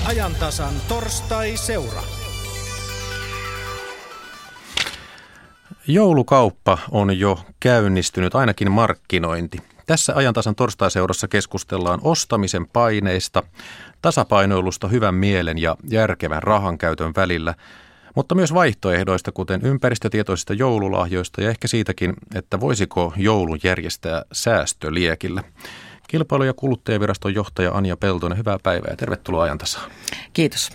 Ajantasan torstai-seura. Joulukauppa on jo käynnistynyt, ainakin markkinointi. Tässä Ajantasan torstai-seurassa keskustellaan ostamisen paineista, tasapainoilusta hyvän mielen ja järkevän rahankäytön välillä, mutta myös vaihtoehdoista, kuten ympäristötietoisista joululahjoista ja ehkä siitäkin, että voisiko joulun järjestää säästöliekillä. Kilpailu- ja kuluttajaviraston johtaja Anja Peltonen, hyvää päivää ja tervetuloa Ajantasaan. Kiitos.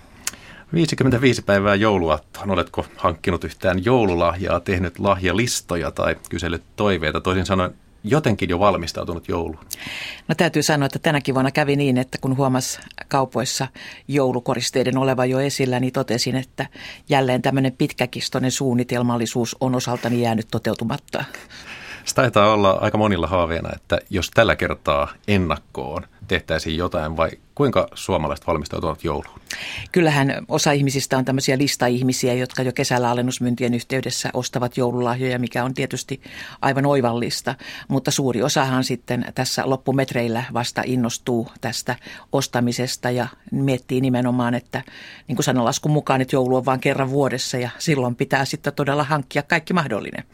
55 päivää jouluaattoon. Oletko hankkinut yhtään joululahjaa, tehnyt lahjalistoja tai kysellyt toiveita? Toisin sanoen jotenkin jo valmistautunut jouluun. No täytyy sanoa, että tänäkin vuonna kävi niin, että kun huomasi kaupoissa joulukoristeiden olevan jo esillä, niin totesin, että jälleen tämmöinen pitkäkistoinen suunnitelmallisuus on osaltani jäänyt toteutumatta. Se taitaa olla aika monilla haaveena, että jos tällä kertaa ennakkoon tehtäisiin jotain, vai kuinka suomalaiset valmistautuvat jouluun? Kyllähän osa ihmisistä on tämmöisiä listaihmisiä, jotka jo kesällä alennusmyyntien yhteydessä ostavat joululahjoja, mikä on tietysti aivan oivallista. Mutta suuri osahan sitten tässä loppumetreillä vasta innostuu tästä ostamisesta ja miettii nimenomaan, että niin kuin sananlaskun mukaan, että joulu on vain kerran vuodessa ja silloin pitää sitten todella hankkia kaikki mahdollinen.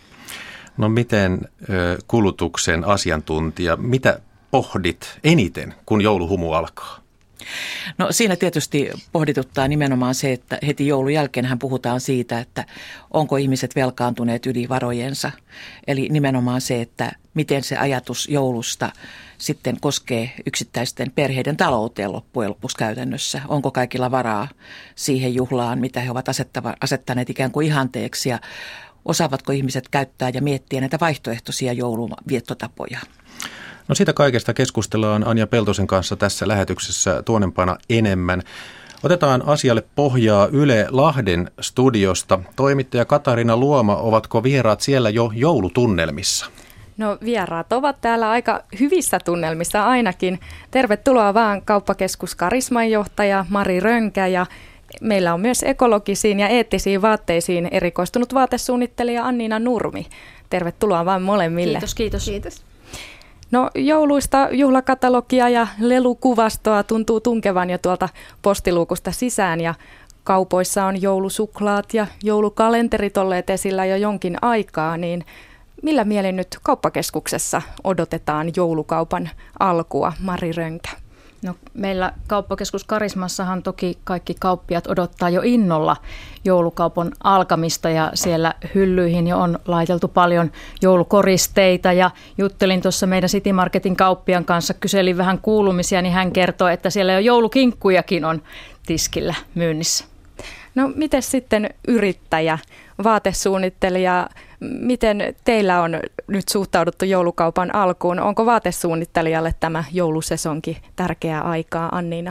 No miten kulutuksen asiantuntija, mitä pohdit eniten, kun jouluhumu alkaa? No siinä tietysti pohdituttaa nimenomaan se, että heti joulun jälkeenhän puhutaan siitä, että onko ihmiset velkaantuneet yli varojensa. Eli nimenomaan se, että miten se ajatus joulusta sitten koskee yksittäisten perheiden talouteen loppujen lopuksi käytännössä. Onko kaikilla varaa siihen juhlaan, mitä he ovat asettaneet ikään kuin ihanteeksi ja osaavatko ihmiset käyttää ja miettiä näitä vaihtoehtoisia joulunviettotapoja? No siitä kaikesta keskustellaan Anja Peltosen kanssa tässä lähetyksessä tuonempana enemmän. Otetaan asialle pohjaa Yle Lahden studiosta. Toimittaja Katarina Luoma, ovatko vieraat siellä jo joulutunnelmissa? No vieraat ovat täällä aika hyvissä tunnelmissa ainakin. Tervetuloa vaan kauppakeskus Karisman johtaja Mari Rönkä ja meillä on myös ekologisiin ja eettisiin vaatteisiin erikoistunut vaatesuunnittelija Anniina Nurmi. Tervetuloa vaan molemmille. Kiitos. No jouluista juhlakatalogia ja lelukuvastoa tuntuu tunkevan jo tuolta postiluukusta sisään ja kaupoissa on joulusuklaat ja joulukalenterit olleet esillä jo jonkin aikaa, niin millä mielin nyt kauppakeskuksessa odotetaan joulukaupan alkua, Mari Rönkä? No, meillä kauppakeskus Karismassahan toki kaikki kauppiat odottaa jo innolla joulukaupan alkamista ja siellä hyllyihin jo on laiteltu paljon joulukoristeita ja juttelin tuossa meidän City Marketin kauppian kanssa, kyselin vähän kuulumisia, niin hän kertoi, että siellä jo joulukinkkujakin on tiskillä myynnissä. No miten sitten yrittäjä, vaatesuunnittelija, miten teillä on nyt suhtauduttu joulukaupan alkuun? Onko vaatesuunnittelijalle tämä joulusesonki tärkeää aikaa, Anniina?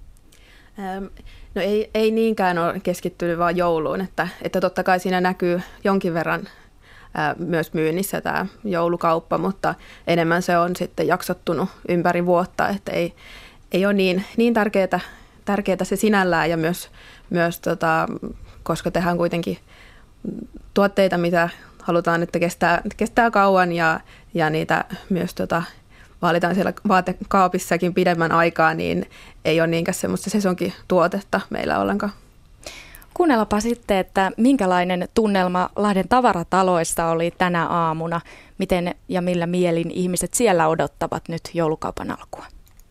No ei niinkään ole keskittynyt vaan jouluun, että totta kai siinä näkyy jonkin verran myös myynnissä tämä joulukauppa, mutta enemmän se on sitten jaksottunut ympäri vuotta, että ei ole niin tärkeää se sinällään ja myös koska tehdään kuitenkin tuotteita, mitä halutaan, että kestää kauan ja niitä myös vaalitaan siellä vaatekaapissakin pidemmän aikaa, niin ei ole niinkään semmoista sesonkituotetta meillä ollenkaan. Kuunnellaanpa sitten, että minkälainen tunnelma Lahden tavarataloissa oli tänä aamuna. Miten ja millä mielin ihmiset siellä odottavat nyt joulukaupan alkua?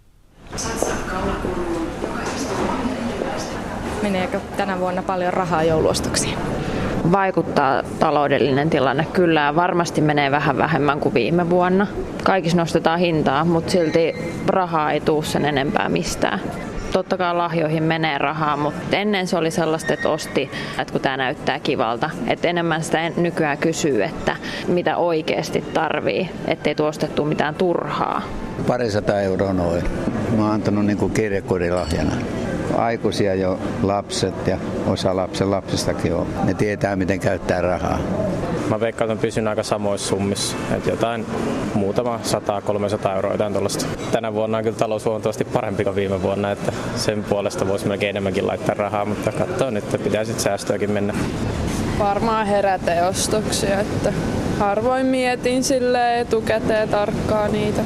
Meneekö tänä vuonna paljon rahaa jouluostoksiin? Vaikuttaa taloudellinen tilanne kyllä. Varmasti menee vähän vähemmän kuin viime vuonna. Kaikissa nostetaan hintaa, mutta silti rahaa ei tule sen enempää mistään. Totta kai lahjoihin menee rahaa, mutta ennen se oli sellaista, että osti, että kun tämä näyttää kivalta. Että enemmän sitä nykyään kysyy, että mitä oikeasti tarvii, ettei tuostettu mitään turhaa. 200 euroa noin. Mä oon antanut niin kuin kirjekuorilahjana. Aikuisia jo lapset ja osa lapsistakin on. Ne tietää, miten käyttää rahaa. Mä veikkaan, että pysyn aika samoissa summissa. Että jotain muutama 100-300 euroa jotain tuollaista. Tänä vuonna on kyllä talous huomattavasti parempi kuin viime vuonna, että sen puolesta voisi melkein enemmänkin laittaa rahaa, mutta katsoo nyt, että pitää sitten säästöäkin mennä. Varmaan heräteostoksia, että harvoin mietin silleen etukäteen tarkkaan niitä.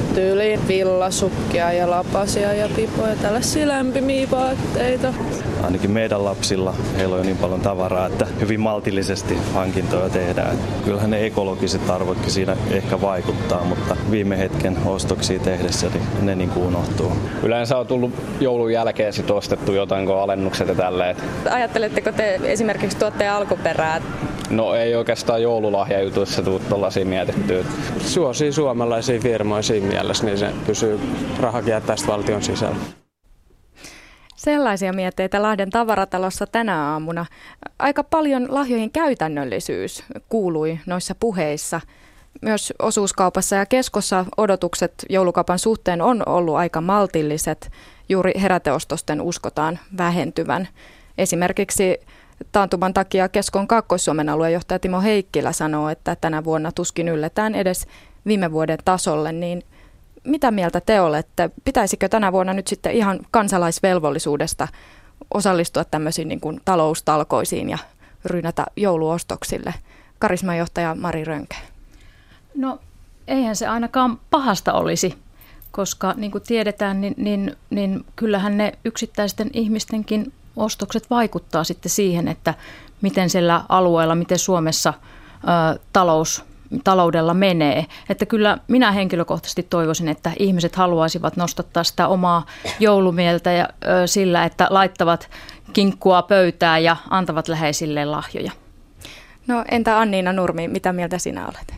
tyyliin villasukkia ja lapasia ja pipoja, tällaisia lämpimiä vaatteita. Ainakin meidän lapsilla, heillä on niin paljon tavaraa, että hyvin maltillisesti hankintoja tehdään. Kyllähän ne ekologiset arvotkin siinä ehkä vaikuttaa, mutta viime hetken ostoksia tehdessä niin ne niin kuin unohtuu. Yleensä on tullut joulun jälkeen sit ostettu jotain, kun alennukset ja tälleen. Ajatteletteko te esimerkiksi tuotteen alkuperää? No ei oikeastaan joululahjajutuissa tule tuollaisia mietittyä. Suosii suomalaisia firmoja siinä mielessä, niin se pysyy rahakin tästä valtion sisällä. Sellaisia mietteitä Lahden tavaratalossa tänä aamuna. Aika paljon lahjojen käytännöllisyys kuului noissa puheissa. Myös osuuskaupassa ja keskossa odotukset joulukaupan suhteen on ollut aika maltilliset. Juuri heräteostosten uskotaan vähentyvän. Esimerkiksi taantuman takia Keskon Kaakkois-Suomen aluejohtaja Timo Heikkilä sanoo, että tänä vuonna tuskin ylletään edes viime vuoden tasolle. Niin mitä mieltä te olette? Pitäisikö tänä vuonna nyt sitten ihan kansalaisvelvollisuudesta osallistua tämmöisiin niin kuin taloustalkoisiin ja rynnätä jouluostoksille? Karismajohtaja Mari Rönkä. No eihän se ainakaan pahasta olisi, koska niin kuin tiedetään, niin kyllähän ne yksittäisten ihmistenkin ostokset vaikuttaa sitten siihen, että miten siellä alueella, miten Suomessa taloudella menee. Että kyllä minä henkilökohtaisesti toivoisin, että ihmiset haluaisivat nostattaa sitä omaa joulumieltä ja sillä, että laittavat kinkkua pöytään ja antavat läheisilleen lahjoja. No entä Anniina Nurmi, mitä mieltä sinä olet?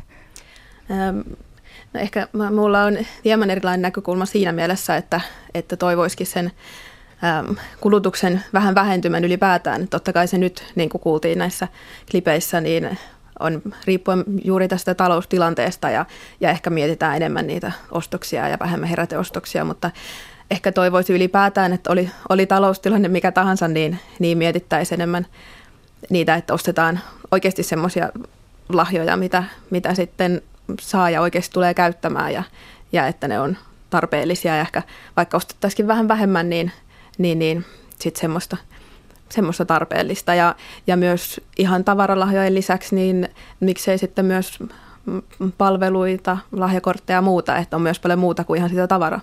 No ehkä mulla on hieman erilainen näkökulma siinä mielessä, että toivoisikin sen kulutuksen vähän vähentymän ylipäätään. Totta kai se nyt, niin kuin kuultiin näissä klipeissä, niin on riippuen juuri tästä taloustilanteesta ja ehkä mietitään enemmän niitä ostoksia ja vähemmän heräteostoksia, mutta ehkä toivoisi ylipäätään, että oli taloustilanne mikä tahansa, niin mietittäisiin enemmän niitä, että ostetaan oikeasti semmoisia lahjoja, mitä sitten saa ja oikeasti tulee käyttämään ja että ne on tarpeellisia ja ehkä vaikka ostettaisikin vähän vähemmän, niin sitten semmoista tarpeellista ja myös ihan tavaralahjojen lisäksi, niin miksei sitten myös palveluita, lahjakortteja ja muuta, että on myös paljon muuta kuin ihan sitä tavaraa.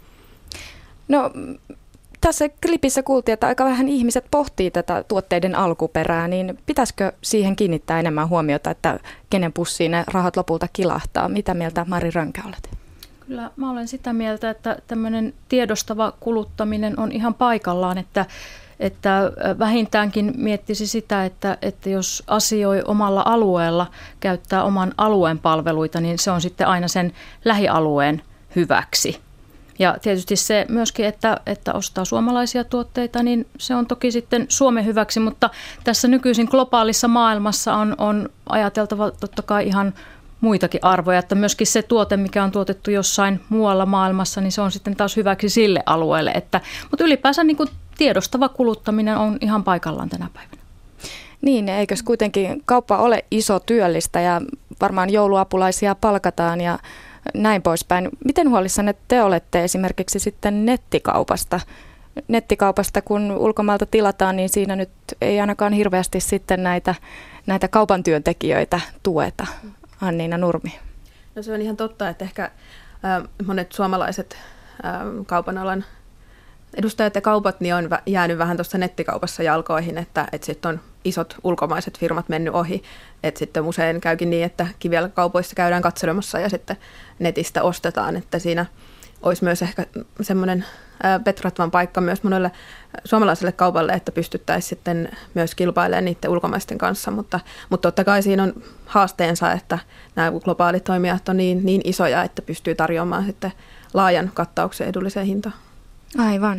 No tässä klipissä kuultiin, että aika vähän ihmiset pohtii tätä tuotteiden alkuperää, niin pitäisikö siihen kiinnittää enemmän huomiota, että kenen pussiin ne rahat lopulta kilahtaa? Mitä mieltä Mari Rönkä olet? Kyllä mä olen sitä mieltä, että tämmöinen tiedostava kuluttaminen on ihan paikallaan, että vähintäänkin miettisi sitä, että jos asioi omalla alueella, käyttää oman alueen palveluita, niin se on sitten aina sen lähialueen hyväksi. Ja tietysti se myöskin, että ostaa suomalaisia tuotteita, niin se on toki sitten Suomen hyväksi, mutta tässä nykyisin globaalissa maailmassa on ajateltava totta kai ihan muitakin arvoja, että myöskin se tuote, mikä on tuotettu jossain muualla maailmassa, niin se on sitten taas hyväksi sille alueelle. Mutta ylipäänsä niin kuin tiedostava kuluttaminen on ihan paikallaan tänä päivänä. Niin, eikös kuitenkin kauppa ole iso työllistä ja varmaan jouluapulaisia palkataan ja näin poispäin. Miten huolissanne te olette esimerkiksi sitten nettikaupasta? Nettikaupasta, kun ulkomailta tilataan, niin siinä nyt ei ainakaan hirveästi sitten näitä kaupan työntekijöitä tueta. Anniina Nurmi. No se on ihan totta, että ehkä monet suomalaiset kaupan alan edustajat ja kaupat niin on jäänyt vähän tuossa nettikaupassa jalkoihin, että sitten on isot ulkomaiset firmat mennyt ohi. Että sitten usein käykin niin, että kivijalkakaupoissa käydään katselemassa ja sitten netistä ostetaan, että siinä olisi myös ehkä semmoinen petrattavan paikka myös monelle suomalaiselle kaupalle, että pystyttäisiin sitten myös kilpailemaan niiden ulkomaisten kanssa, mutta totta kai siinä on haasteensa, että nämä globaalit toimijat on niin isoja, että pystyy tarjoamaan sitten laajan kattauksen edulliseen hintaan. Aivan.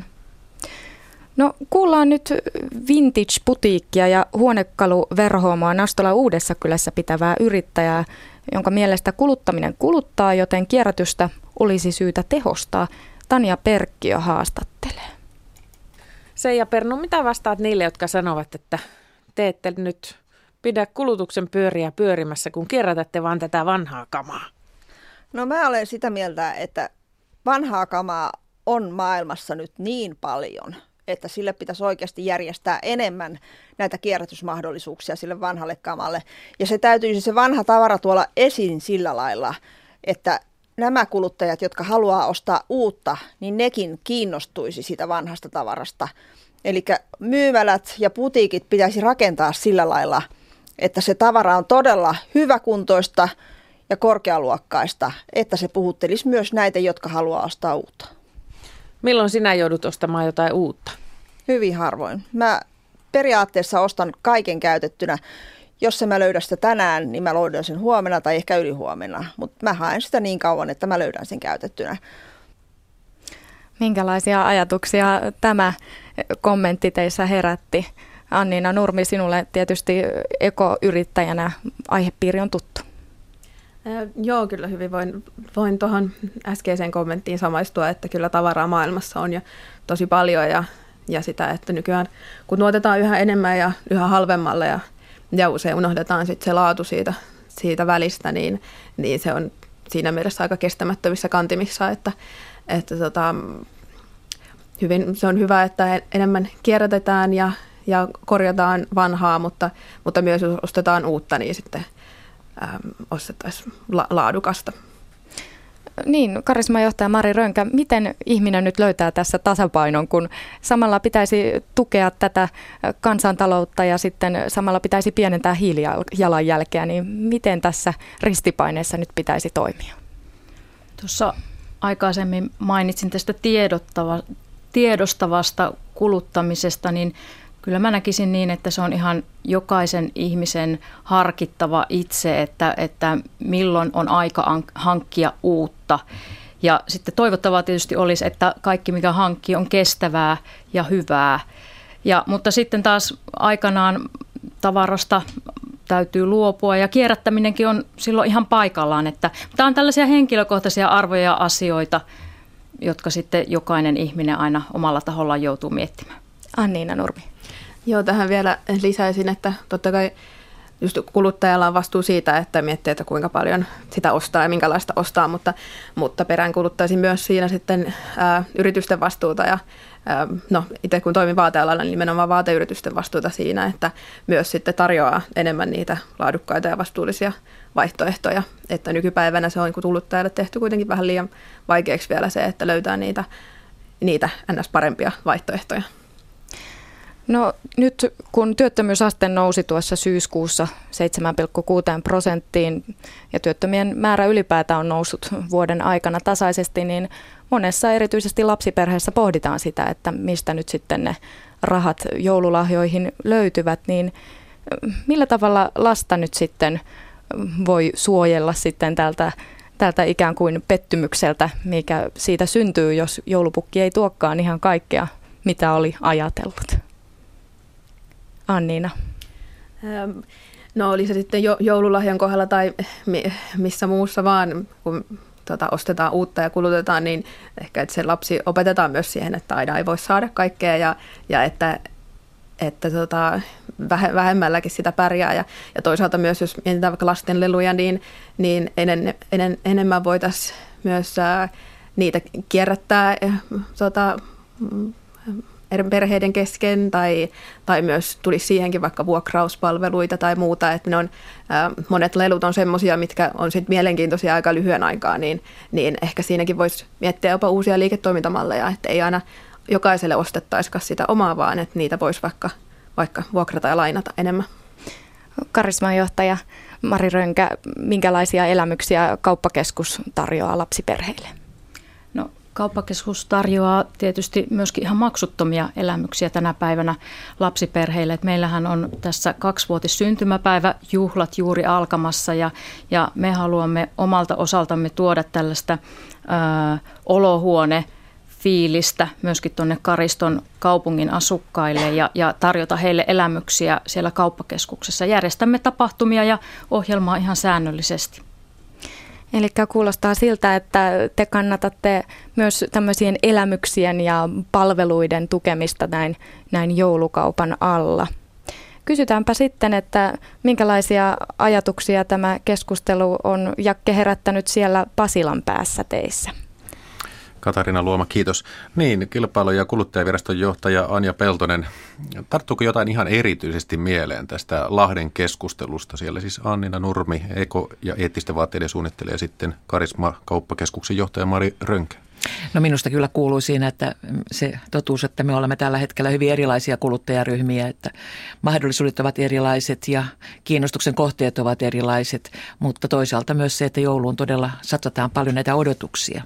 No kuullaan nyt vintage-putiikkia ja huonekaluverhoomoa Nastolan Uudessakylässä pitävää yrittäjää, jonka mielestä kuluttaminen kuluttaa, joten kierrätystä olisi syytä tehostaa. Tanja Perkkiö haastattelee. Seija Pernu, mitä vastaat niille, jotka sanovat, että te ette nyt pidä kulutuksen pyöriä pyörimässä, kun kierrätätte vaan tätä vanhaa kamaa? No mä olen sitä mieltä, että vanhaa kamaa on maailmassa nyt niin paljon, että sille pitäisi oikeasti järjestää enemmän näitä kierrätysmahdollisuuksia sille vanhalle kamalle. Ja se täytyisi se vanha tavara tuolla esiin sillä lailla, että nämä kuluttajat, jotka haluaa ostaa uutta, niin nekin kiinnostuisi siitä vanhasta tavarasta. Eli myymälät ja putiikit pitäisi rakentaa sillä lailla, että se tavara on todella hyväkuntoista ja korkealuokkaista, että se puhuttelisi myös näitä, jotka haluaa ostaa uutta. Milloin sinä joudut ostamaan jotain uutta? Hyvin harvoin. Mä periaatteessa ostan kaiken käytettynä. Jos mä löydän sitä tänään, niin mä löydän sen huomenna tai ehkä ylihuomenna. Mutta mä haen sitä niin kauan, että mä löydän sen käytettynä. Minkälaisia ajatuksia tämä kommentti teissä herätti? Anniina Nurmi, sinulle tietysti ekoyrittäjänä aihepiiri on tuttu. Joo, kyllä hyvin voin tuohon äskeiseen kommenttiin samaistua, että kyllä tavaraa maailmassa on jo tosi paljon ja sitä, että nykyään kun tuotetaan yhä enemmän ja yhä halvemmalle ja usein unohdetaan sitten se laatu siitä välistä, niin se on siinä mielessä aika kestämättömissä kantimissa, että hyvin, se on hyvä, että enemmän kierrätetään ja korjataan vanhaa, mutta myös jos ostetaan uutta, niin sitten ostettaisiin laadukasta. Niin, karismajohtaja Mari Rönkä, miten ihminen nyt löytää tässä tasapainon, kun samalla pitäisi tukea tätä kansantaloutta ja sitten samalla pitäisi pienentää hiilijalanjälkeä, niin miten tässä ristipaineessa nyt pitäisi toimia? Tuossa aikaisemmin mainitsin tästä tiedostavasta kuluttamisesta, niin kyllä mä näkisin niin, että se on ihan jokaisen ihmisen harkittava itse, että milloin on aika hankkia uutta. Ja sitten toivottavaa tietysti olisi, että kaikki mikä hankkii on kestävää ja hyvää. Mutta sitten taas aikanaan tavarasta täytyy luopua ja kierrättäminenkin on silloin ihan paikallaan. Että tämä on tällaisia henkilökohtaisia arvoja ja asioita, jotka sitten jokainen ihminen aina omalla tahollaan joutuu miettimään. Anniina Nurmi. Joo, tähän vielä lisäisin, että totta kai just kuluttajalla on vastuu siitä, että miettii, että kuinka paljon sitä ostaa ja minkälaista ostaa, mutta peräänkuluttaisin myös siinä sitten yritysten vastuuta ja itse kun toimin vaatealalla, niin nimenomaan vaateyritysten vastuuta siinä, että myös sitten tarjoaa enemmän niitä laadukkaita ja vastuullisia vaihtoehtoja, että nykypäivänä se on kuluttajalle tehty kuitenkin vähän liian vaikeaksi vielä se, että löytää niitä ns. Parempia vaihtoehtoja. No nyt kun työttömyysaste nousi tuossa syyskuussa 7,6% ja työttömien määrä ylipäätään on noussut vuoden aikana tasaisesti, niin monessa erityisesti lapsiperheessä pohditaan sitä, että mistä nyt sitten ne rahat joululahjoihin löytyvät, niin millä tavalla lasta nyt sitten voi suojella sitten tältä ikään kuin pettymykseltä, mikä siitä syntyy, jos joulupukki ei tuokaan ihan kaikkea, mitä oli ajatellut? Anniina. No oli se sitten joululahjan kohdalla tai missä muussa vaan, kun ostetaan uutta ja kulutetaan, niin ehkä että se lapsi opetetaan myös siihen, että aina ei voi saada kaikkea ja että vähemmälläkin sitä pärjää. Ja toisaalta myös, jos mietitään vaikka lasten leluja, niin enemmän voitaisiin myös niitä kierrättää perheiden kesken tai myös tulisi siihenkin vaikka vuokrauspalveluita tai muuta, että ne on, monet lelut on semmoisia, mitkä on sitten mielenkiintoisia aika lyhyen aikaa, niin ehkä siinäkin voisi miettiä jopa uusia liiketoimintamalleja, että ei aina jokaiselle ostettaisikaan sitä omaa, vaan että niitä voisi vaikka vuokrata ja lainata enemmän. Karismajohtaja Mari Rönkä, minkälaisia elämyksiä kauppakeskus tarjoaa lapsiperheille? No, kauppakeskus tarjoaa tietysti myöskin ihan maksuttomia elämyksiä tänä päivänä lapsiperheille. Et meillähän on tässä 2-vuotissyntymäpäiväjuhlat juuri alkamassa ja me haluamme omalta osaltamme tuoda tällaista olohuone fiilistä myöskin tuonne Kariston kaupungin asukkaille ja tarjota heille elämyksiä siellä kauppakeskuksessa. Järjestämme tapahtumia ja ohjelmaa ihan säännöllisesti. Eli kuulostaa siltä, että te kannatatte myös tämmöisien elämyksien ja palveluiden tukemista näin joulukaupan alla. Kysytäänpä sitten, että minkälaisia ajatuksia tämä keskustelu on Jakke herättänyt siellä Pasilan päässä teissä? Katariina Luoma, kiitos. Niin, Kilpailu- ja kuluttajaviraston johtaja Anja Peltonen, tarttuuko jotain ihan erityisesti mieleen tästä Lahden keskustelusta? Siellä siis Annina Nurmi, eko- ja eettisten vaatteiden suunnittelija, ja sitten Karisma-kauppakeskuksen johtaja Mari Rönkä. No minusta kyllä kuuluu siinä, että se totuus, että me olemme tällä hetkellä hyvin erilaisia kuluttajaryhmiä, että mahdollisuudet ovat erilaiset ja kiinnostuksen kohteet ovat erilaiset, mutta toisaalta myös se, että jouluun todella satsataan paljon näitä odotuksia.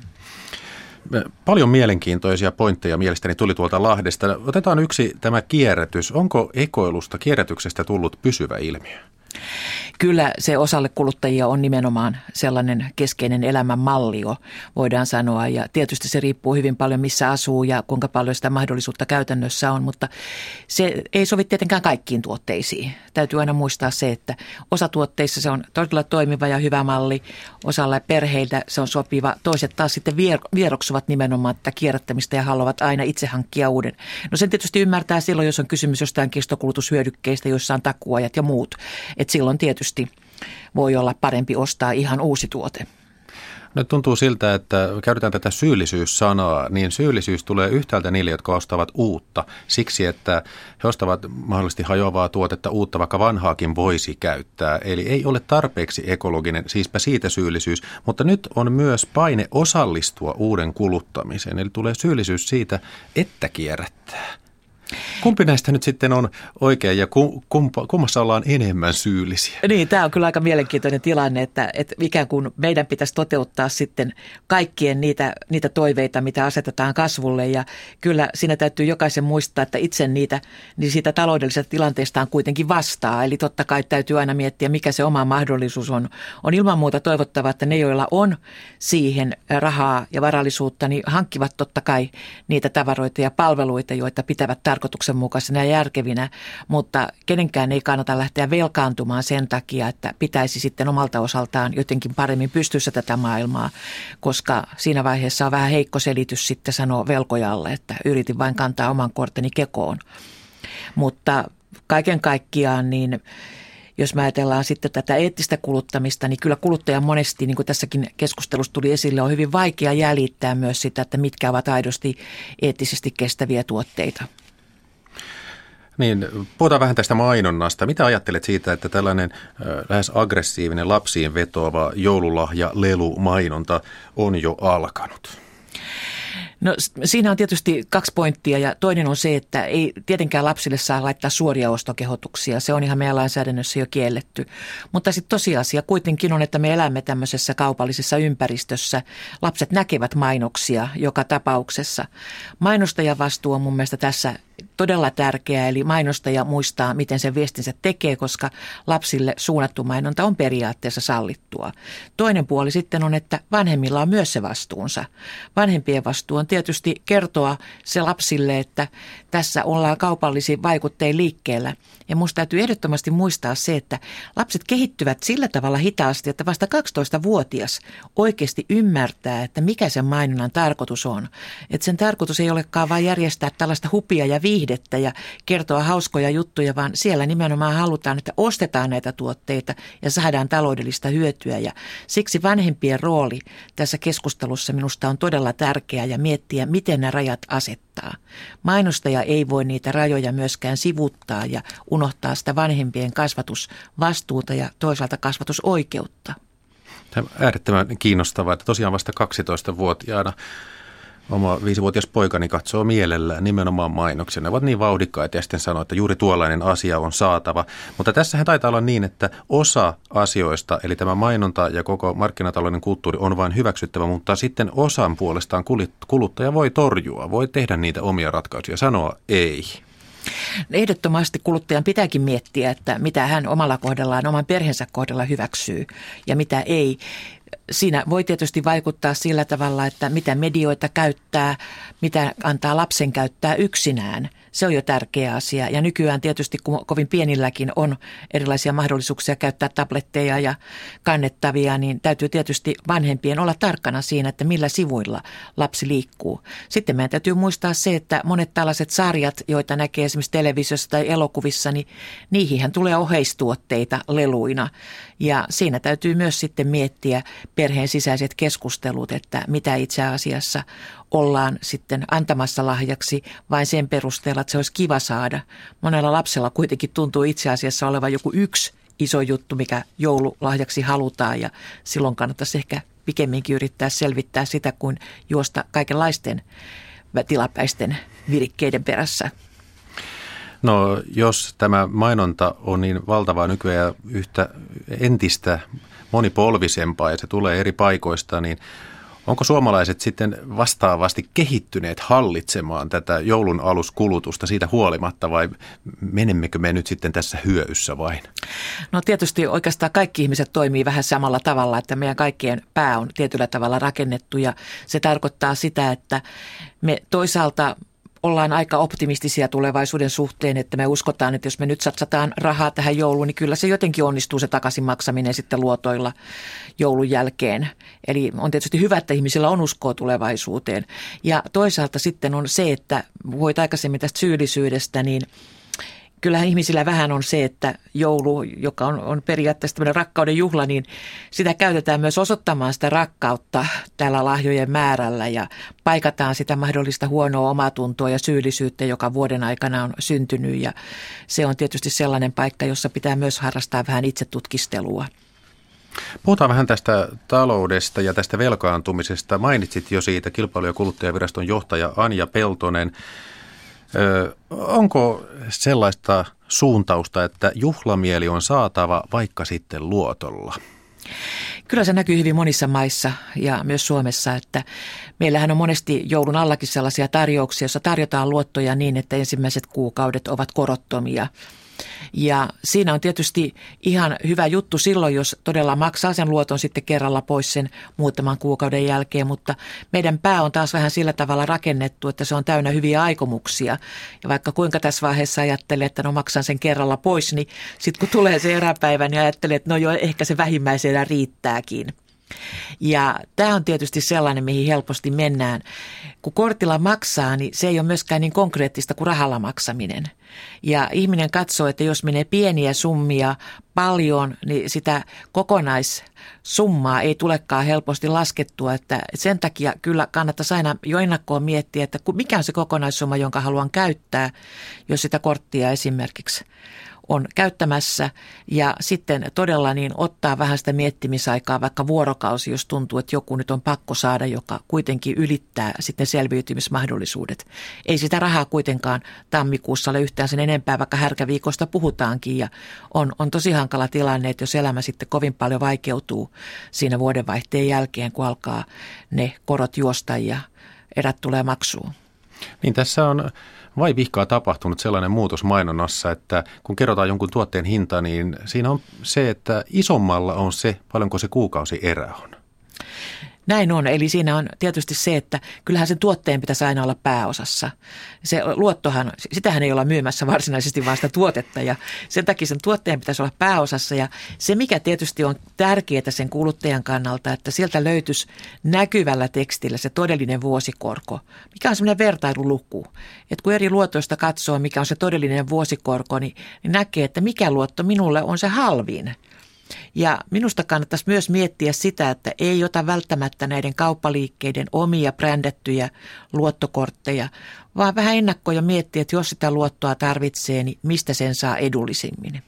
Paljon mielenkiintoisia pointteja mielestäni tuli tuolta Lahdesta. Otetaan yksi tämä kierrätys. Onko ekoilusta, kierrätyksestä tullut pysyvä ilmiö? Kyllä se osalle kuluttajia on nimenomaan sellainen keskeinen elämänmallio, voidaan sanoa. Ja tietysti se riippuu hyvin paljon, missä asuu ja kuinka paljon sitä mahdollisuutta käytännössä on. Mutta se ei sovi tietenkään kaikkiin tuotteisiin. Täytyy aina muistaa se, että osa tuotteissa se on todella toimiva ja hyvä malli. Osalla perheiltä se on sopiva. Toiset taas sitten vieroksuvat nimenomaan tätä kierrättämistä ja haluavat aina itse hankkia uuden. No sen tietysti ymmärtää silloin, jos on kysymys jostain kestokulutushyödykkeistä, joissa on takuajat ja muut. Että silloin tietysti voi olla parempi ostaa ihan uusi tuote. Nyt tuntuu siltä, että käytetään tätä syyllisyyssanaa, niin syyllisyys tulee yhtäältä niille, jotka ostavat uutta. Siksi, että he ostavat mahdollisesti hajoavaa tuotetta, uutta, vaikka vanhaakin voisi käyttää. Eli ei ole tarpeeksi ekologinen, siispä siitä syyllisyys. Mutta nyt on myös paine osallistua uuden kuluttamiseen. Eli tulee syyllisyys siitä, että kierrättää. Kumpi näistä nyt sitten on oikein ja kummassa ollaan enemmän syyllisiä? Niin, tämä on kyllä aika mielenkiintoinen tilanne, että ikään kuin meidän pitäisi toteuttaa sitten kaikkien niitä toiveita, mitä asetetaan kasvulle. Ja kyllä siinä täytyy jokaisen muistaa, että itse niin siitä taloudellisesta tilanteestaan kuitenkin vastaa. Eli totta kai täytyy aina miettiä, mikä se oma mahdollisuus on. On ilman muuta toivottavaa, että ne, joilla on siihen rahaa ja varallisuutta, niin hankkivat totta kai niitä tavaroita ja palveluita, joita pitävät tarkoituksenmukaisena ja järkevinä, mutta kenenkään ei kannata lähteä velkaantumaan sen takia, että pitäisi sitten omalta osaltaan jotenkin paremmin pystyssä tätä maailmaa, koska siinä vaiheessa on vähän heikko selitys sitten sanoa velkojalle, että yritin vain kantaa oman korteni kekoon. Mutta kaiken kaikkiaan niin jos me ajatellaan sitten tätä eettistä kuluttamista, niin kyllä kuluttajan monesti, niin kuin tässäkin keskustelussa tuli esille, on hyvin vaikea jäljittää myös sitä, että mitkä ovat aidosti eettisesti kestäviä tuotteita. Niin, puhutaan vähän tästä mainonnasta. Mitä ajattelet siitä, että tällainen lähes aggressiivinen lapsiin vetoava joululahja-lelumainonta on jo alkanut? No siinä on tietysti 2 pointtia ja toinen on se, että ei tietenkään lapsille saa laittaa suoria ostokehotuksia. Se on ihan meidän lainsäädännössä jo kielletty. Mutta sitten tosiasia kuitenkin on, että me elämme tämmöisessä kaupallisessa ympäristössä. Lapset näkevät mainoksia joka tapauksessa. Mainostajan vastuu on mun mielestä tässä todella tärkeää, eli mainostaja muistaa, miten sen viestinsä tekee, koska lapsille suunnattu mainonta on periaatteessa sallittua. Toinen puoli sitten on, että vanhemmilla on myös se vastuunsa. Vanhempien vastuu on tietysti kertoa se lapsille, että tässä ollaan kaupallisin vaikuttein liikkeellä. Ja musta täytyy ehdottomasti muistaa se, että lapset kehittyvät sillä tavalla hitaasti, että vasta 12-vuotias oikeasti ymmärtää, että mikä sen mainonnan tarkoitus on. Että sen tarkoitus ei olekaan vain järjestää tällaista hupia ja viihdettä ja kertoa hauskoja juttuja, vaan siellä nimenomaan halutaan, että ostetaan näitä tuotteita ja saadaan taloudellista hyötyä. Ja siksi vanhempien rooli tässä keskustelussa minusta on todella tärkeä ja miettiä, miten nämä rajat asettaa. Mainostaja ei voi niitä rajoja myöskään sivuuttaa ja unohtaa sitä vanhempien kasvatusvastuuta ja toisaalta kasvatusoikeutta. Tämä on äärettömän kiinnostavaa, että tosiaan vasta 12-vuotiaana oma 5-vuotias poikani katsoo mielellään nimenomaan mainoksia. Ne ovat niin vauhdikkaita ja sitten sanoo, että juuri tuollainen asia on saatava. Mutta tässähän taitaa olla niin, että osa asioista, eli tämä mainonta ja koko markkinatalouden kulttuuri on vain hyväksyttävä, mutta sitten osan puolestaan kuluttaja voi torjua, voi tehdä niitä omia ratkaisuja, sanoa ei. Ehdottomasti kuluttajan pitääkin miettiä, että mitä hän omalla kohdallaan, oman perheensä kohdalla hyväksyy ja mitä ei. Siinä voi tietysti vaikuttaa sillä tavalla, että mitä medioita käyttää, mitä antaa lapsen käyttää yksinään. Se on jo tärkeä asia ja nykyään tietysti kovin pienilläkin on erilaisia mahdollisuuksia käyttää tabletteja ja kannettavia, niin täytyy tietysti vanhempien olla tarkkana siinä, että millä sivuilla lapsi liikkuu. Sitten meidän täytyy muistaa se, että monet tällaiset sarjat, joita näkee esimerkiksi televisiossa tai elokuvissa, niin niihinhän tulee oheistuotteita leluina ja siinä täytyy myös sitten miettiä, perheen sisäiset keskustelut, että mitä itse asiassa ollaan sitten antamassa lahjaksi vain sen perusteella, että se olisi kiva saada. Monella lapsella kuitenkin tuntuu itse asiassa olevan joku yksi iso juttu, mikä joululahjaksi halutaan, ja silloin kannattaisi ehkä pikemminkin yrittää selvittää sitä, kuin juosta kaikenlaisten tilapäisten virikkeiden perässä. No jos tämä mainonta on niin valtavaa nykyään ja yhtä entistä monipolvisempaa ja se tulee eri paikoista, niin onko suomalaiset sitten vastaavasti kehittyneet hallitsemaan tätä joulun aluskulutusta siitä huolimatta vai menemmekö me nyt sitten tässä hyöyssä vain? No tietysti oikeastaan kaikki ihmiset toimii vähän samalla tavalla, että meidän kaikkien pää on tietyllä tavalla rakennettu ja se tarkoittaa sitä, että me toisaalta ollaan aika optimistisia tulevaisuuden suhteen, että me uskotaan, että jos me nyt satsataan rahaa tähän jouluun, niin kyllä se jotenkin onnistuu se takaisin maksaminen sitten luotoilla joulun jälkeen. Eli on tietysti hyvä, että ihmisillä on uskoa tulevaisuuteen. Ja toisaalta sitten on se, että voit aikaisemmin tästä syyllisyydestä, niin kyllähän ihmisillä vähän on se, että joulu, joka on periaatteessa tämmöinen rakkauden juhla, niin sitä käytetään myös osoittamaan sitä rakkautta tällä lahjojen määrällä ja paikataan sitä mahdollista huonoa omatuntoa ja syyllisyyttä, joka vuoden aikana on syntynyt. Ja se on tietysti sellainen paikka, jossa pitää myös harrastaa vähän itsetutkistelua. Puhutaan vähän tästä taloudesta ja tästä velkaantumisesta. Mainitsit jo siitä Kilpailu- ja kuluttajaviraston johtaja Anja Peltonen. Onko sellaista suuntausta, että juhlamieli on saatava vaikka sitten luotolla? Kyllä se näkyy hyvin monissa maissa ja myös Suomessa, että meillähän on monesti joulun allakin sellaisia tarjouksia, joissa tarjotaan luottoja niin, että ensimmäiset kuukaudet ovat korottomia. Ja siinä on tietysti ihan hyvä juttu silloin, jos todella maksaa sen luoton sitten kerralla pois sen muutaman kuukauden jälkeen, mutta meidän pää on taas vähän sillä tavalla rakennettu, että se on täynnä hyviä aikomuksia. Ja vaikka kuinka tässä vaiheessa ajattelee, että no maksan sen kerralla pois, niin sitten kun tulee se eräpäivä, niin ajattelee, että no joo, ehkä se vähimmäisenä riittääkin. Ja tämä on tietysti sellainen, mihin helposti mennään. Kun kortilla maksaa, niin se ei ole myöskään niin konkreettista kuin rahalla maksaminen. Ja ihminen katsoo, että jos menee pieniä summia paljon, niin sitä kokonaissummaa ei tulekaan helposti laskettua. Että sen takia kyllä kannattaisi aina jo ennakkoon miettiä, että mikä on se kokonaissumma, jonka haluan käyttää, jos sitä korttia esimerkiksi on käyttämässä ja sitten todella niin ottaa vähän sitä miettimisaikaa, vaikka vuorokausi, jos tuntuu, että joku nyt on pakko saada, joka kuitenkin ylittää sitten selviytymismahdollisuudet. Ei sitä rahaa kuitenkaan tammikuussa ole yhtään sen enempää, vaikka härkäviikosta puhutaankin ja on tosi hankala tilanne, että jos elämä sitten kovin paljon vaikeutuu siinä vuodenvaihteen jälkeen, kun alkaa ne korot juosta ja erät tulee maksuun. Niin tässä on vaivihkaa tapahtunut sellainen muutos mainonnassa, että kun kerrotaan jonkun tuotteen hinta, niin siinä on se, että isommalla on se, paljonko se kuukausierä on. Näin on, eli siinä on tietysti se, että kyllähän sen tuotteen pitäisi aina olla pääosassa. Se luottohan, sitähän ei olla myymässä varsinaisesti vaan sitä tuotetta ja sen takia sen tuotteen pitäisi olla pääosassa ja se mikä tietysti on tärkeää sen kuluttajan kannalta, että sieltä löytyisi näkyvällä tekstillä se todellinen vuosikorko, mikä on semmoinen vertailuluku. Että kun eri luotoista katsoo, mikä on se todellinen vuosikorko, niin näkee, että mikä luotto minulle on se halvin. Ja minusta kannattaisi myös miettiä sitä, että ei ota välttämättä näiden kauppaliikkeiden omia brändättyjä luottokortteja, vaan vähän ennakkoja miettiä, että jos sitä luottoa tarvitsee, niin mistä sen saa edullisimmin.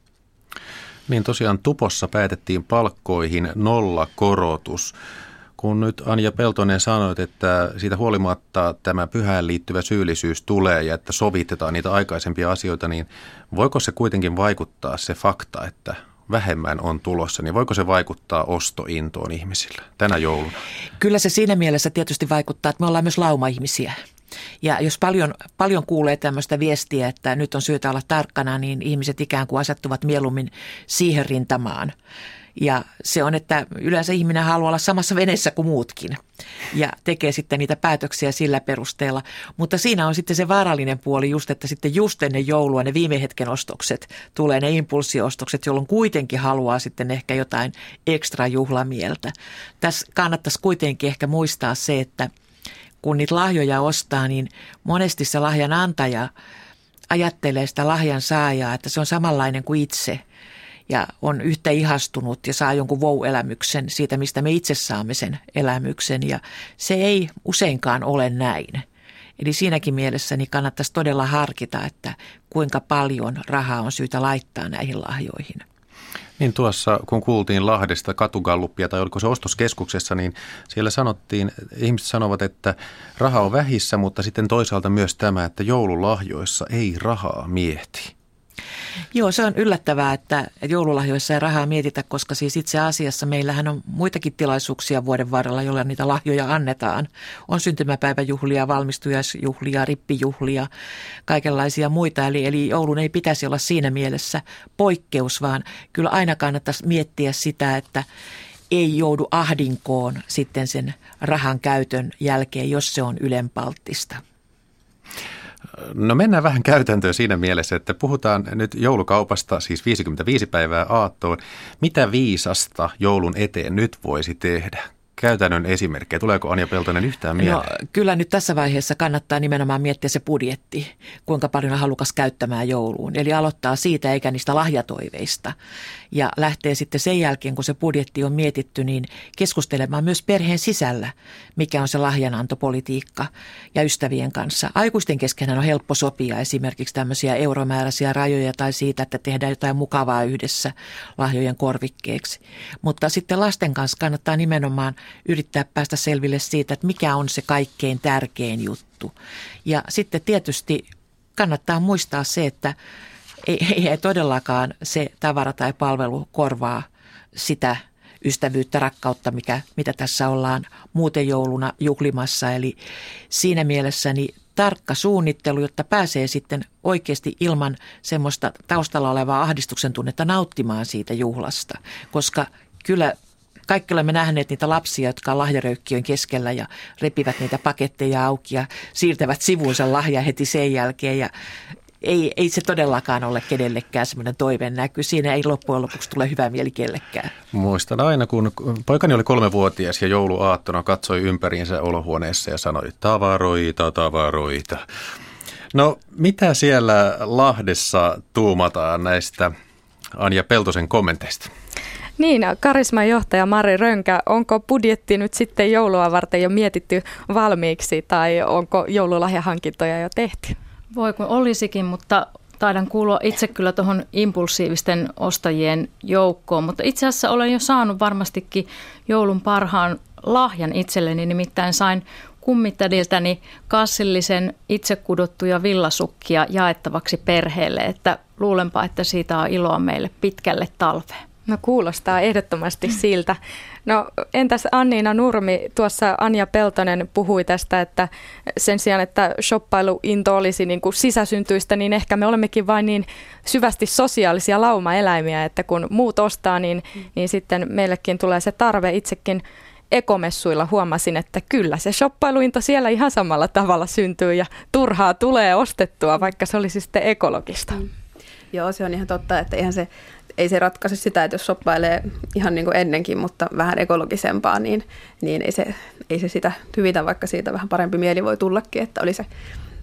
Niin tosiaan Tupossa päätettiin palkkoihin nollakorotus. Kun nyt Anja Peltonen sanoit, että siitä huolimatta tämä pyhään liittyvä syyllisyys tulee ja että sovitetaan niitä aikaisempia asioita, niin voiko se kuitenkin vaikuttaa se fakta, että vähemmän on tulossa, niin voiko se vaikuttaa ostointoon ihmisillä tänä jouluna? Kyllä se siinä mielessä tietysti vaikuttaa, että me ollaan myös lauma-ihmisiä. Ja jos paljon kuulee tämmöistä viestiä, että nyt on syytä olla tarkkana, niin ihmiset ikään kuin asettuvat mieluummin siihen rintamaan. Ja se on, että yleensä ihminen haluaa olla samassa veneessä kuin muutkin ja tekee sitten niitä päätöksiä sillä perusteella. Mutta siinä on sitten se vaarallinen puoli just, että sitten just ennen joulua ne viime hetken ostokset tulee, ne impulssiostokset, jolloin kuitenkin haluaa sitten ehkä jotain ekstra juhlamieltä. Tässä kannattaisi kuitenkin ehkä muistaa se, että kun niitä lahjoja ostaa, niin monesti se lahjan antaja ajattelee sitä lahjan saajaa, että se on samanlainen kuin itse. ja on yhtä ihastunut ja saa jonkun wow-elämyksen siitä, mistä me itse saamme sen elämyksen. Ja se ei useinkaan ole näin. Eli siinäkin mielessä niin kannattaisi todella harkita, että kuinka paljon rahaa on syytä laittaa näihin lahjoihin. Niin tuossa, kun kuultiin Lahdesta katugalluppia tai oliko se ostoskeskuksessa, niin siellä sanottiin, ihmiset sanovat, että raha on vähissä, mutta sitten toisaalta myös tämä, että joululahjoissa ei rahaa mieti. Joo, se on yllättävää, että joululahjoissa ei rahaa mietitä, koska siis itse asiassa meillähän on muitakin tilaisuuksia vuoden varrella, joilla niitä lahjoja annetaan. On syntymäpäiväjuhlia, valmistujaisjuhlia, rippijuhlia, kaikenlaisia muita. Eli joulun ei pitäisi olla siinä mielessä poikkeus, vaan kyllä aina kannattaisi miettiä sitä, että ei joudu ahdinkoon sitten sen rahan käytön jälkeen, jos se on ylenpalttista. No mennään vähän käytäntöön siinä mielessä, että puhutaan nyt joulukaupasta, siis 55 päivää aattoon. Mitä viisasta joulun eteen nyt voisi tehdä? Käytännön esimerkkejä. Tuleeko Anja Peltonen yhtään mieleen? No, kyllä nyt tässä vaiheessa kannattaa nimenomaan miettiä se budjetti, kuinka paljon on halukas käyttämään jouluun. Eli aloittaa siitä eikä niistä lahjatoiveista. Ja lähtee sitten sen jälkeen, kun se budjetti on mietitty, niin keskustelemaan myös perheen sisällä, mikä on se lahjanantopolitiikka ja ystävien kanssa. Aikuisten kesken on helppo sopia esimerkiksi tämmöisiä euromääräisiä rajoja tai siitä, että tehdään jotain mukavaa yhdessä lahjojen korvikkeeksi. Mutta sitten lasten kanssa kannattaa nimenomaan yrittää päästä selville siitä, että mikä on se kaikkein tärkein juttu. Ja sitten tietysti kannattaa muistaa se, että ei todellakaan se tavara tai palvelu korvaa sitä ystävyyttä, rakkautta, mitä tässä ollaan muuten jouluna juhlimassa. Eli siinä mielessä niin tarkka suunnittelu, jotta pääsee sitten oikeasti ilman semmoista taustalla olevaa ahdistuksen tunnetta nauttimaan siitä juhlasta, koska kyllä kaikki olemme nähneet niitä lapsia, jotka on lahjaröykkiön keskellä ja repivät niitä paketteja auki ja siirtävät sivuunsa lahja heti sen jälkeen. Ja ei se todellakaan ole kenellekään semmoinen toiveen näky. Siinä ei loppujen lopuksi tule hyvä mieli kellekään. Muistan aina, kun poikani oli 3-vuotias ja jouluaattona katsoi ympäriinsä olohuoneessa ja sanoi tavaroita, tavaroita. No mitä siellä Lahdessa tuumataan näistä Anja Peltosen kommenteista? Niin, Karisman johtaja Mari Rönkä, onko budjetti nyt sitten joulua varten jo mietitty valmiiksi tai onko joululahjahankintoja jo tehty? Voi kun olisikin, mutta taidan kuulua itse kyllä tuohon impulsiivisten ostajien joukkoon, mutta itse asiassa olen jo saanut varmastikin joulun parhaan lahjan itselleni, nimittäin sain kummitädiltäni kassillisen itse kudottuja villasukkia jaettavaksi perheelle, että luulenpa, että siitä on iloa meille pitkälle talveen. No kuulostaa ehdottomasti siltä. No entäs Anniina Nurmi, tuossa Anja Peltonen puhui tästä, että sen sijaan, että shoppailuinto olisi niin kuin sisäsyntyistä, niin ehkä me olemmekin vain niin syvästi sosiaalisia laumaeläimiä, että kun muut ostaa, niin sitten meillekin tulee se tarve. Itsekin ekomessuilla huomasin, että kyllä se shoppailuinto siellä ihan samalla tavalla syntyy ja turhaa tulee ostettua, vaikka se olisi sitten ekologista. Joo, se on ihan totta, että ei se ratkaise sitä, että jos shoppailee ihan niin kuin ennenkin, mutta vähän ekologisempaa, niin ei se sitä hyvitä, vaikka siitä vähän parempi mieli voi tullakin, että oli se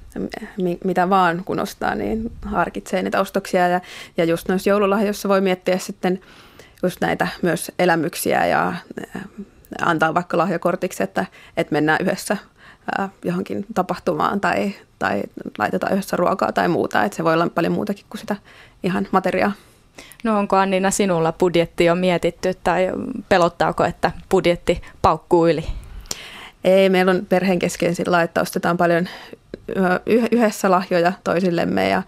mitä vaan kun ostaa, niin harkitsee niitä ostoksia. Ja just noissa joululahjoissa voi miettiä sitten just näitä myös elämyksiä ja antaa vaikka lahjakortiksi, että mennään yhdessä johonkin tapahtumaan tai laitetaan yhdessä ruokaa tai muuta. Että se voi olla paljon muutakin kuin sitä ihan materiaa. No onko Anniina sinulla budjetti jo mietitty tai pelottaako, että budjetti paukkuu yli? Ei, meillä on perheen kesken sillä, että ostetaan paljon yhdessä lahjoja toisillemme ja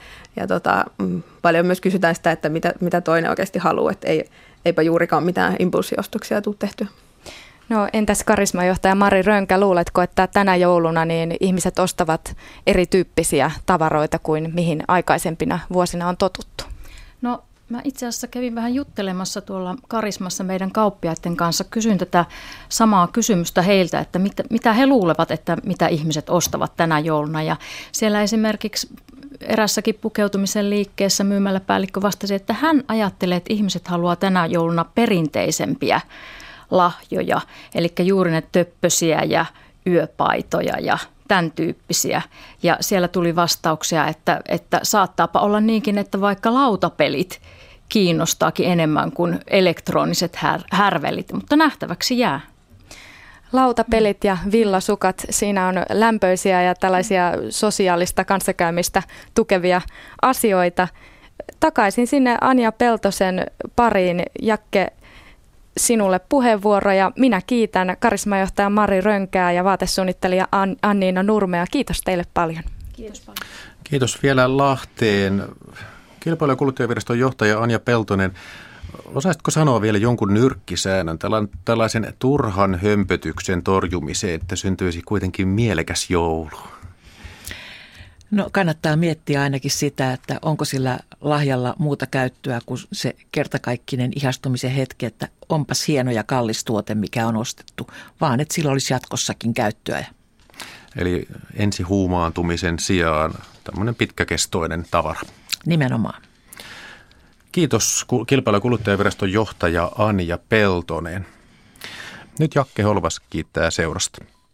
paljon myös kysytään sitä, että mitä toinen oikeasti haluaa, että eipä juurikaan mitään impulssiostoksia tule tehtyä. No entäs karismajohtaja Mari Rönkä, luuletko, että tänä jouluna niin ihmiset ostavat erityyppisiä tavaroita kuin mihin aikaisempina vuosina on totuttu? No mä itse asiassa kävin vähän juttelemassa tuolla Karismassa meidän kauppiaiden kanssa. Kysyin tätä samaa kysymystä heiltä, että mitä he luulevat, että mitä ihmiset ostavat tänä jouluna. Ja siellä esimerkiksi erässäkin pukeutumisen liikkeessä myymäläpäällikkö vastasi, että hän ajattelee, että ihmiset haluaa tänä jouluna perinteisempiä lahjoja, eli juuri ne töppösiä ja yöpaitoja ja tämän tyyppisiä. Ja siellä tuli vastauksia, että saattaapa olla niinkin, että vaikka lautapelit kiinnostaakin enemmän kuin elektroniset härvelit, mutta nähtäväksi jää. Lautapelit ja villasukat, siinä on lämpöisiä ja tällaisia sosiaalista kanssakäymistä tukevia asioita. Takaisin sinne Anja Peltosen pariin. Jakke, sinulle puheenvuoroja. Minä kiitän karismajohtaja Mari Rönkää ja vaatesuunnittelija Anniina Nurmea. Kiitos teille paljon. Kiitos paljon. Kiitos vielä Lahteen. Kilpailu- ja kuluttajaviraston johtaja Anja Peltonen. Osaisitko sanoa vielä jonkun nyrkkisäännön, tällaisen turhan hömpötyksen torjumiseen, että syntyisi kuitenkin mielekäs joulu? No kannattaa miettiä ainakin sitä, että onko sillä lahjalla muuta käyttöä kuin se kertakaikkinen ihastumisen hetki, että onpas hieno ja kallis tuote, mikä on ostettu, vaan että sillä olisi jatkossakin käyttöä. Eli ensi huumaantumisen sijaan tämmöinen pitkäkestoinen tavara. Nimenomaan. Kiitos Kilpailu- ja kuluttajaviraston johtaja Anja Peltonen. Nyt Jakke Holvas kiittää seurasta.